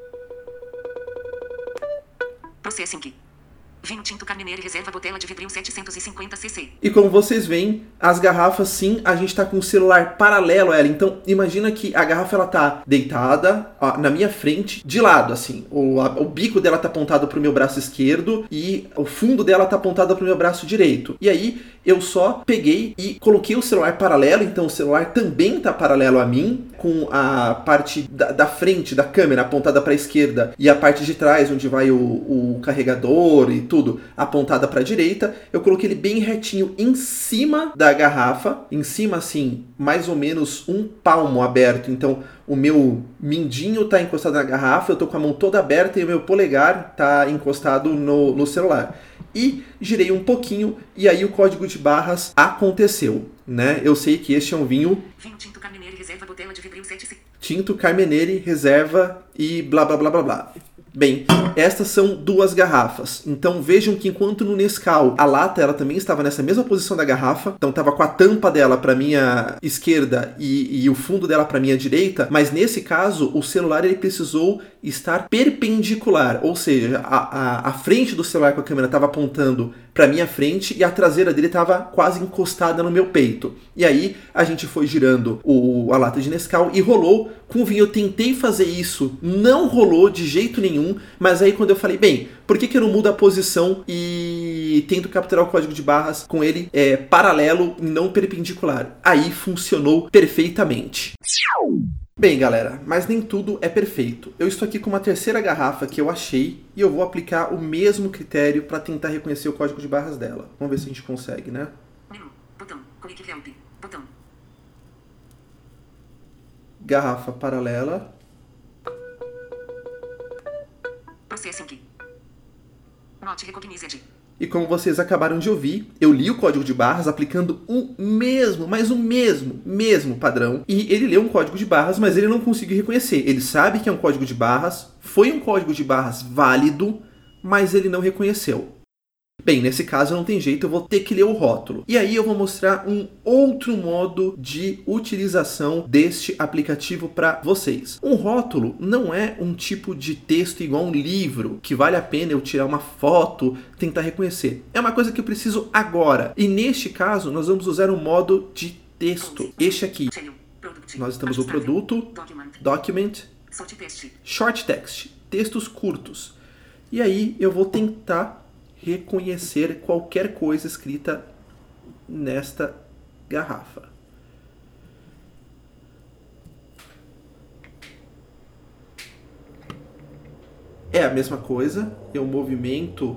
Processing. Vinho tinto Carmeneira Reserva Botella de Vidril 750 cc. E como vocês veem, as garrafas sim, a gente tá com o celular paralelo a ela. Então imagina que a garrafa ela tá deitada ó, na minha frente, de lado assim. O bico dela tá apontado pro meu braço esquerdo e o fundo dela tá apontado pro meu braço direito. E aí eu só peguei e coloquei o celular paralelo, então o celular também tá paralelo a mim, com a parte da frente da câmera apontada para a esquerda e a parte de trás, onde vai o carregador e tudo, apontada para a direita. Eu coloquei ele bem retinho em cima da garrafa, em cima assim, mais ou menos um palmo aberto. Então o meu mindinho tá encostado na garrafa, eu tô com a mão toda aberta e o meu polegar tá encostado no celular. E girei um pouquinho e aí o código de barras aconteceu, né? Eu sei que este é um vinho tinto Carmeneira Reserva Botella de Vidril 7 tinto Carmeneira Reserva e blá blá blá blá blá. Bem, estas são 2 garrafas. Então vejam que enquanto no Nescau a lata ela também estava nessa mesma posição da garrafa, então estava com a tampa dela para minha esquerda e o fundo dela para minha direita, mas nesse caso o celular ele precisou estar perpendicular, ou seja, a frente do celular com a câmera estava apontando para minha frente e a traseira dele estava quase encostada no meu peito. E aí a gente foi girando a lata de Nescau e rolou com o vinho. Eu tentei fazer isso, não rolou de jeito nenhum, mas aí quando eu falei, bem, por que eu não mudo a posição e tento capturar o código de barras com ele paralelo e não perpendicular? Aí funcionou perfeitamente. Bem, galera, mas nem tudo é perfeito. Eu estou aqui com uma terceira garrafa que eu achei e eu vou aplicar o mesmo critério para tentar reconhecer o código de barras dela. Vamos ver se a gente consegue, né? Menu. Botão. Quick Help. Botão. Garrafa paralela. Processing. Not recognized. E como vocês acabaram de ouvir, eu li o código de barras aplicando o mesmo padrão. E ele leu um código de barras, mas ele não conseguiu reconhecer. Ele sabe que é um código de barras, foi um código de barras válido, mas ele não reconheceu. Bem, nesse caso não tem jeito, eu vou ter que ler o rótulo. E aí eu vou mostrar um outro modo de utilização deste aplicativo para vocês. Um rótulo não é um tipo de texto igual um livro, que vale a pena eu tirar uma foto, tentar reconhecer. É uma coisa que eu preciso agora. E neste caso, nós vamos usar um modo de texto. Este aqui. Nós estamos no produto, Document, Short Text, textos curtos. E aí eu vou tentar reconhecer qualquer coisa escrita nesta garrafa. É a mesma coisa, eu movimento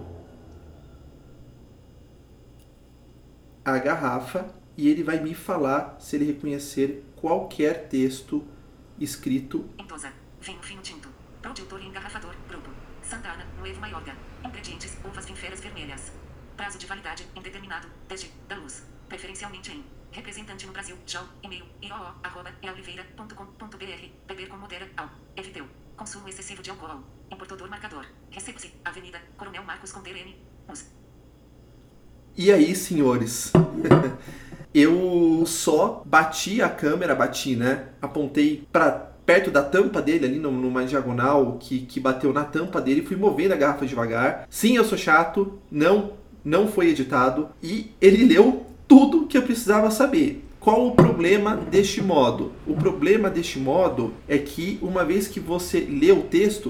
a garrafa e ele vai me falar se ele reconhecer qualquer texto escrito. Entosa, vinho tinto, produtor e engarrafador, grupo, Santana, Nuevo Maiorca. Ingredientes, uvas vinferas vermelhas. Prazo de validade, indeterminado, desde, da luz. Preferencialmente em, representante no Brasil, João, e-mail, ioo@eoliveira.com.br, beber com modera, ao, eviteu. Consumo excessivo de álcool. Importador marcador. Receba-se. Avenida Coronel Marcos com TLN. Us. E aí, senhores? Eu só bati a câmera, né? Apontei para perto da tampa dele, ali numa diagonal que bateu na tampa dele, fui movendo a garrafa devagar. Sim, eu sou chato, não foi editado, e ele leu tudo que eu precisava saber. Qual o problema deste modo? O problema deste modo é que uma vez que você lê o texto,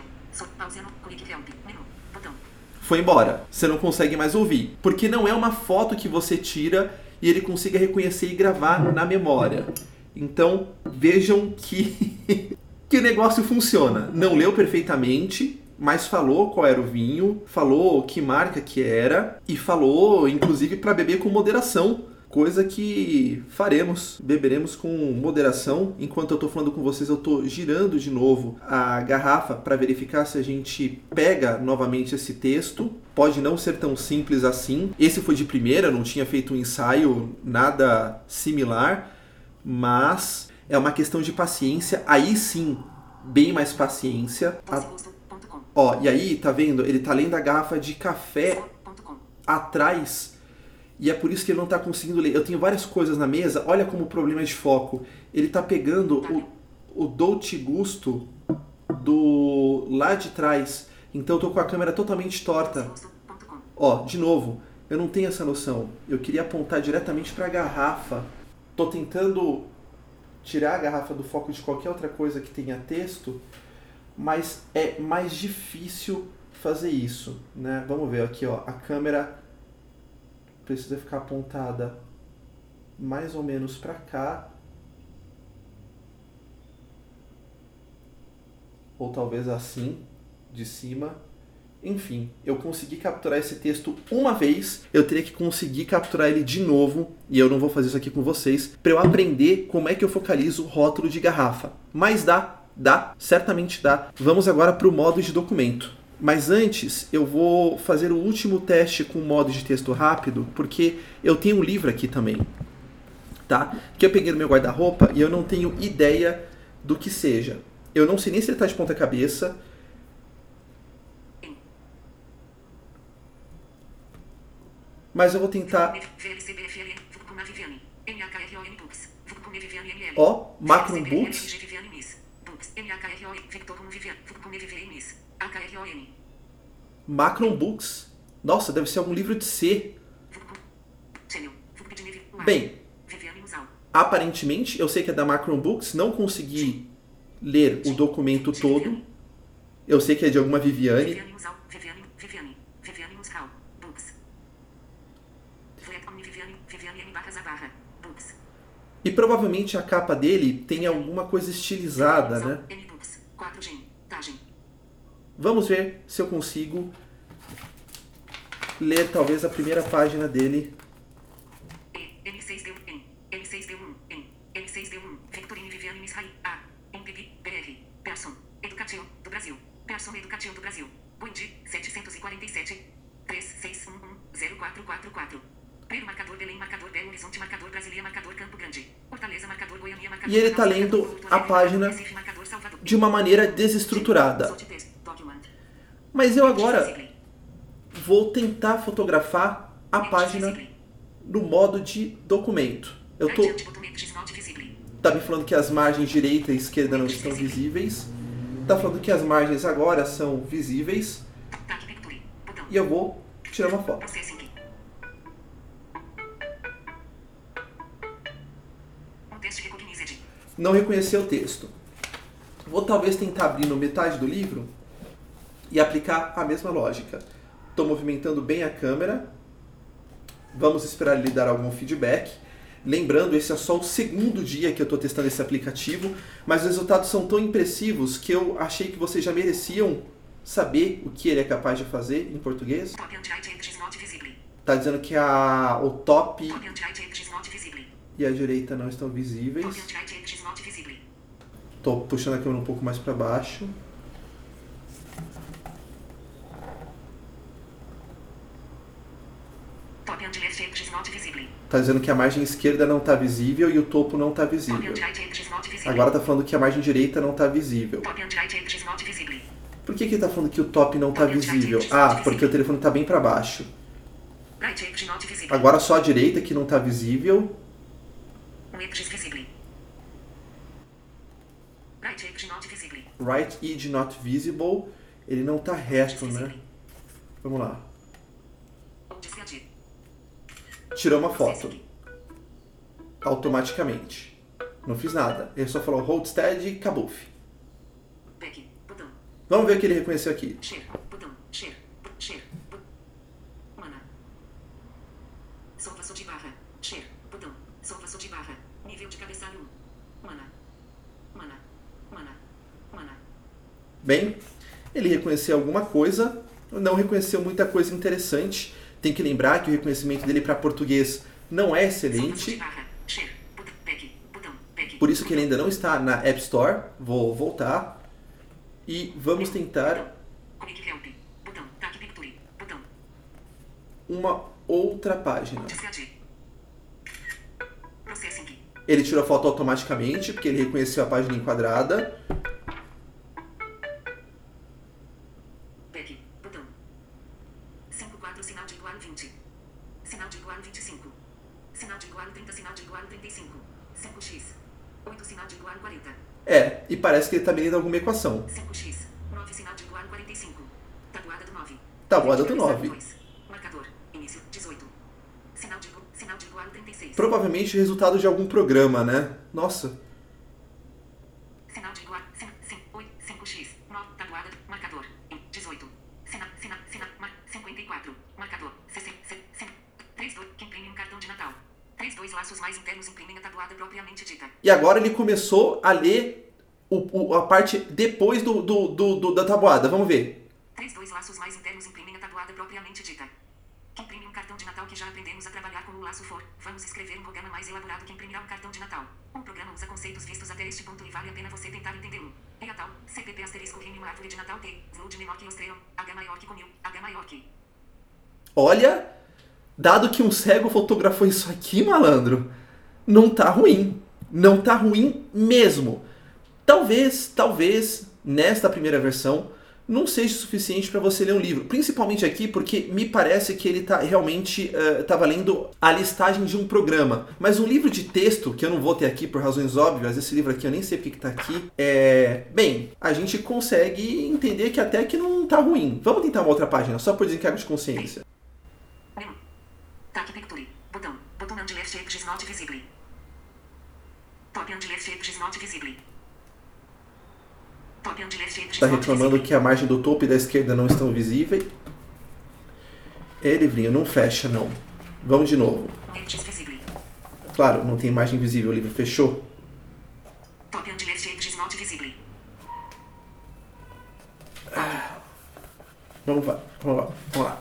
foi embora. Você não consegue mais ouvir. Porque não é uma foto que você tira e ele consiga reconhecer e gravar na memória. Então, vejam que o negócio funciona. Não leu perfeitamente, mas falou qual era o vinho, falou que marca que era e falou, inclusive, para beber com moderação. Coisa que faremos, beberemos com moderação. Enquanto eu estou falando com vocês, eu estou girando de novo a garrafa para verificar se a gente pega novamente esse texto. Pode não ser tão simples assim. Esse foi de primeira, não tinha feito um ensaio, nada similar. Mas é uma questão de paciência. Aí sim, bem mais paciência. Ó, e aí, tá vendo? Ele tá lendo a garrafa de café atrás. E é por isso que ele não está conseguindo ler. Eu tenho várias coisas na mesa. Olha como o problema é de foco. Ele está pegando o Dolce Gusto do lá de trás. Então eu tô com a câmera totalmente torta. Ó, de novo, eu não tenho essa noção. Eu queria apontar diretamente para a garrafa. Tô tentando tirar a garrafa do foco de qualquer outra coisa que tenha texto, mas é mais difícil fazer isso, né? Vamos ver aqui, ó. A câmera precisa ficar apontada mais ou menos para cá. Ou talvez assim, de cima. Enfim, eu consegui capturar esse texto uma vez, eu teria que conseguir capturar ele de novo, e eu não vou fazer isso aqui com vocês, para eu aprender como é que eu focalizo rótulo de garrafa. Mas dá, certamente dá. Vamos agora para o modo de documento. Mas antes, eu vou fazer o último teste com o modo de texto rápido, porque eu tenho um livro aqui também, tá? Que eu peguei no meu guarda-roupa e eu não tenho ideia do que seja. Eu não sei nem se ele está de ponta cabeça. Mas eu vou tentar... Ó, Macron Books. Macron Books. Nossa, deve ser algum livro de C. Bem, aparentemente, eu sei que é da Macron Books. Não consegui ler o documento todo. Eu sei que é de alguma Viviane. E provavelmente a capa dele tem alguma coisa estilizada, né? Vamos ver se eu consigo ler talvez a primeira página dele. Victorine Viviane Misraí. A. MPB. BR. Person. Educativo do Brasil. Person Educativo do Brasil. Buendi. 747. 3611-0444. Primeiro marcador Belém, marcador Belo Horizonte, marcador Brasília, marcador Campo Grande. Fortaleza, marcador Goiânia, marcador... E ele está lendo a página de uma maneira desestruturada. Mas eu agora vou tentar fotografar a página no modo de documento. Eu tô... Tá me falando que as margens direita e esquerda não estão visíveis. Tá falando que as margens agora são visíveis. E eu vou tirar uma foto. Não reconheceu o texto. Vou talvez tentar abrir no metade do livro e aplicar a mesma lógica. Estou movimentando bem a câmera. Vamos esperar ele dar algum feedback. Lembrando, esse é só o segundo dia que eu estou testando esse aplicativo, mas os resultados são tão impressivos que eu achei que vocês já mereciam saber o que ele é capaz de fazer em português. Está dizendo que o top e a direita não estão visíveis. Estou puxando a câmera um pouco mais para baixo. Top and left edges not visible. Tá dizendo que a margem esquerda não tá visível e o topo não tá Top visível. and right edges not visible. Agora tá falando que a margem direita não tá visível. Top and right edges not visible. Por que ele tá falando que o top não tá visível? Ah, porque o telefone tá bem para baixo. Right edge not visible. Agora só a direita que não tá visível. Edges visible. Right edge not visible. Right edge not visible. Ele não tá reto, né? Vamos lá. Desviadinho. Tirou uma foto. Automaticamente. Não fiz nada. Ele só falou hold steady e acabou. Back. Botão. Vamos ver o que ele reconheceu aqui. Share. Botão. Share. Share. Mana. Solvação de barra. Share. Botão. Solvação de barra. Nível de cabeçalho 1. Mana. Mana. Mana. Mana. Bem, ele reconheceu alguma coisa, não reconheceu muita coisa interessante. Tem que lembrar que o reconhecimento dele para português não é excelente. Por isso que ele ainda não está na App Store. Vou voltar. E vamos tentar uma outra página. Ele tirou a foto automaticamente, porque ele reconheceu a página enquadrada. Back. Botão. 54 sinal de igual 20. Sinal de igual 25. Sinal de igual 30, sinal de igual 35. 5x. 8 sinal de igual 40. É, e parece que ele está medindo alguma equação. 5x. 9 sinal de igual 45. Tabuada do 9. Tabuada do 9. Marcador. Início 18. Sinal de igual 36. Provavelmente o resultado de algum programa, né? Nossa. Sinal de igual 5x. 9. Tabuada. Marcador. 18. Sinal 54. Marcador. 32. Que imprime um cartão de Natal. 32 laços mais internos imprimem a tabuada propriamente dita. E agora ele começou a ler a parte depois da tabuada. Vamos ver. 32 laços mais internos imprimem a tabuada propriamente dita. Que imprime um cartão de Natal que já aprendemos a trabalhar com o laço for. Vamos escrever um programa mais elaborado que imprimirá um cartão de Natal. Um programa usa conceitos vistos até este ponto e vale a pena você tentar entendê-lo. Natal, CPP asterisco rime árvore de Natal T, Zlood menor que Ostreon, H maior que com 1000, H maior que. Olha, dado que um cego fotografou isso aqui, malandro, não tá ruim. Não tá ruim mesmo. Talvez, nesta primeira versão, não seja suficiente para você ler um livro. Principalmente aqui porque me parece que ele tá realmente tava lendo a listagem de um programa. Mas um livro de texto, que eu não vou ter aqui por razões óbvias, esse livro aqui eu nem sei porque que tá aqui, bem, a gente consegue entender que até que não tá ruim. Vamos tentar uma outra página, só por desencargo de consciência. Menu. Tag Picture. Botão. Bottom and left edges not visible. Top and left edges not visible. Top and left edges Está not reclamando visible. que a margem do topo e da esquerda não estão visíveis. Livrinho, não fecha não. Vamos de novo. Edges visible. Claro, não tem margem visível, o livro fechou. Top and left edges not visible. Vamos lá.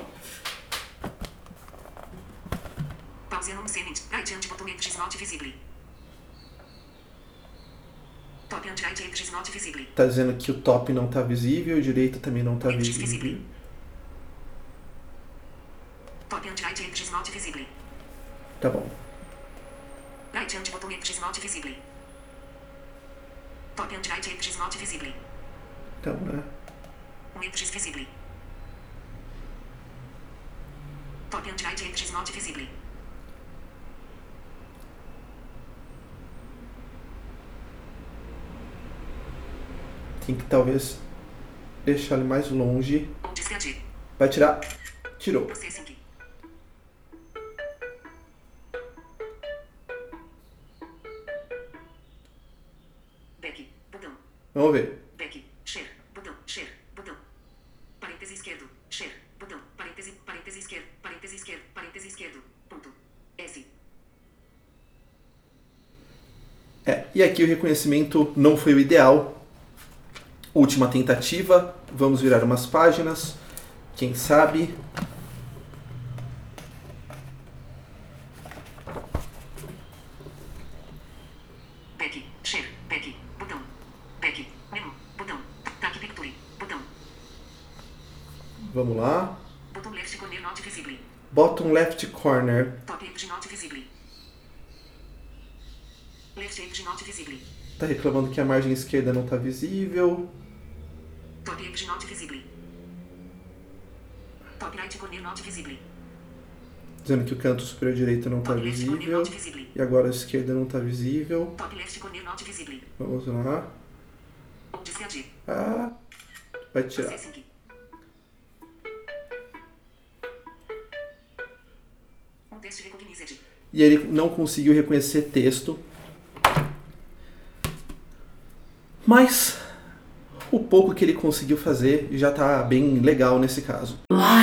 Pause and unsend. Right and bottom edges not visible. Top and right edges not visible. Tá dizendo que o top não tá visível, o direito também não tá Edges visível. visible. Top and right edges not visible. Tá bom. Right and bottom edges not visible. Top and right edges not visible. Então, né? Edges visible. Top and right edges not visible. Tem que talvez deixar ele mais longe. Ou desviadinho. Vai tirar. Tirou. Processing. Back. Botão. Vamos ver. Back. Share. Botão. Share. Botão. Parêntese esquerdo. Share. Botão. Parêntese esquerdo. Parêntese esquerdo. Parêntese esquerdo. Ponto. S. E aqui o reconhecimento não foi o ideal. Última tentativa. Vamos virar umas páginas. Quem sabe? Back. Share. Back. Botão. Back. Menu. Botão. Tag Picture. Botão. Vamos lá. Botão left corner not visible. Bottom left corner. Top edge not visible. Left edge not visible. Tá reclamando que a margem esquerda não tá visível. Top edge not visible. Top right corner not visible. Dizendo que o canto superior direito não tá visível. E agora a esquerda não tá visível. Top left corner not visible. Vamos lá. Ah, vai tirar. E ele não conseguiu reconhecer texto. Mas o pouco que ele conseguiu fazer já tá bem legal nesse caso.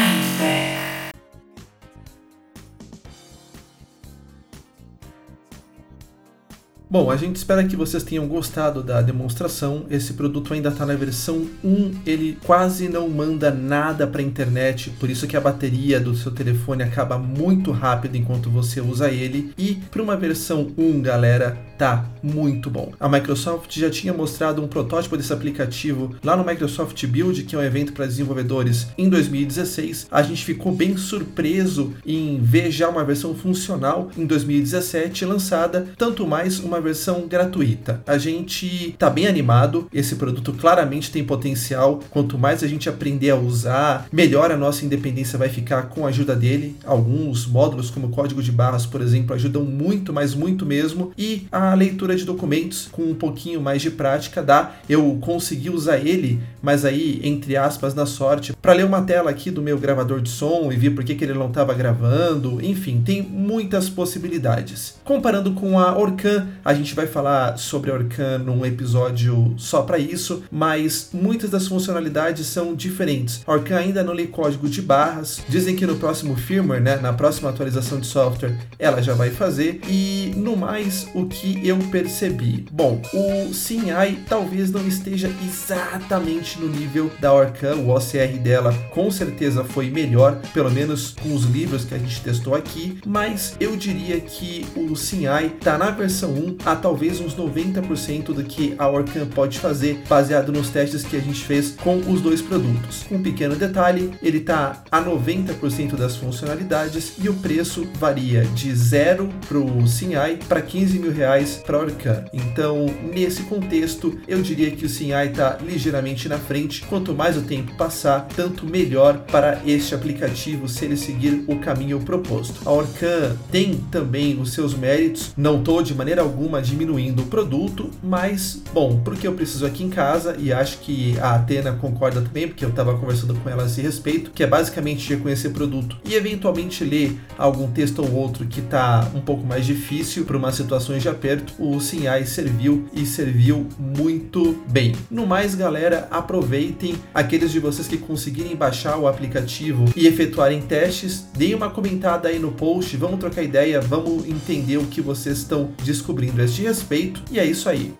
Bom, a gente espera que vocês tenham gostado da demonstração. Esse produto ainda está na versão 1, ele quase não manda nada para a internet, por isso que a bateria do seu telefone acaba muito rápido enquanto você usa ele. E para uma versão 1, galera, tá muito bom. A Microsoft já tinha mostrado um protótipo desse aplicativo lá no Microsoft Build, que é um evento para desenvolvedores, em 2016. A gente ficou bem surpreso em ver já uma versão funcional em 2017 lançada, tanto mais uma versão gratuita. A gente tá bem animado, esse produto claramente tem potencial, quanto mais a gente aprender a usar, melhor a nossa independência vai ficar com a ajuda dele. Alguns módulos como o código de barras, por exemplo, ajudam muito, mas muito mesmo, e a leitura de documentos com um pouquinho mais de prática dá. Eu consegui usar ele, mas aí, entre aspas, na sorte, para ler uma tela aqui do meu gravador de som e ver por que ele não estava gravando. Enfim, tem muitas possibilidades. Comparando com a Orkan, a gente vai falar sobre a Orkan num episódio só para isso, mas muitas das funcionalidades são diferentes. A Orkan ainda não lê código de barras, dizem que no próximo firmware, né, na próxima atualização de software, ela já vai fazer. E no mais, o que eu percebi? Bom, o SymEye talvez não esteja exatamente no nível da Orkan, o OCR dela com certeza foi melhor, pelo menos com os livros que a gente testou aqui, mas eu diria que o SymEye está na versão 1 a talvez uns 90% do que a Orkan pode fazer, baseado nos testes que a gente fez com os dois produtos. Um pequeno detalhe, ele está a 90% das funcionalidades e o preço varia de 0 para o SymEye para R$15 mil para a Orkan. Então, nesse contexto, eu diria que o SymEye está ligeiramente na frente. Quanto mais o tempo passar, tanto melhor para este aplicativo se ele seguir o caminho proposto. A Orkan tem também os seus méritos, não estou de maneira alguma diminuindo o produto, mas, bom, porque eu preciso aqui em casa, e acho que a Athena concorda também, porque eu estava conversando com ela a esse respeito, que é basicamente reconhecer produto e eventualmente ler algum texto ou outro que está um pouco mais difícil para umas situações de aperto, o SymEye serviu e serviu muito bem. No mais, galera, aproveitem. Aqueles de vocês que conseguirem baixar o aplicativo e efetuarem testes, deem uma comentada aí no post, vamos trocar ideia, vamos entender o que vocês estão descobrindo a este respeito, e é isso aí.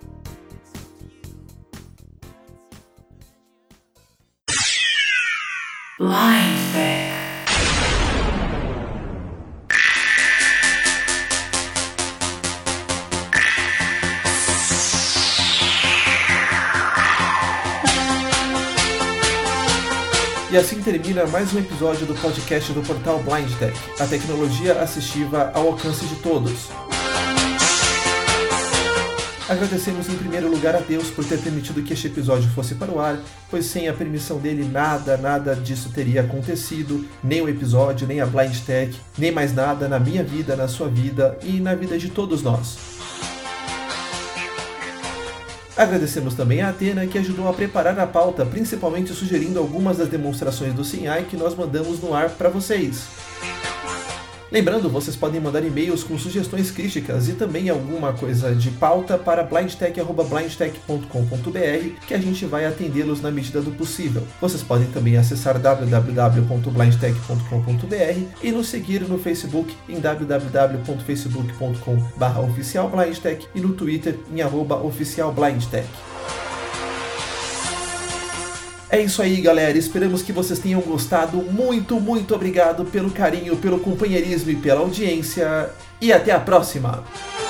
E assim termina mais um episódio do podcast do portal BlindTech, a tecnologia assistiva ao alcance de todos. Agradecemos em primeiro lugar a Deus por ter permitido que este episódio fosse para o ar, pois sem a permissão dele nada disso teria acontecido, nem o episódio, nem a BlindTech, nem mais nada na minha vida, na sua vida e na vida de todos nós. Agradecemos também a Athena, que ajudou a preparar a pauta, principalmente sugerindo algumas das demonstrações do SymEye que nós mandamos no ar para vocês. Lembrando, vocês podem mandar e-mails com sugestões críticas e também alguma coisa de pauta para blindtech@blindtech.com.br, que a gente vai atendê-los na medida do possível. Vocês podem também acessar www.blindtech.com.br e nos seguir no Facebook em www.facebook.com/oficialblindtech e no Twitter em @oficialblindtech. É isso aí, galera. Esperamos que vocês tenham gostado. Muito obrigado pelo carinho, pelo companheirismo e pela audiência. E até a próxima!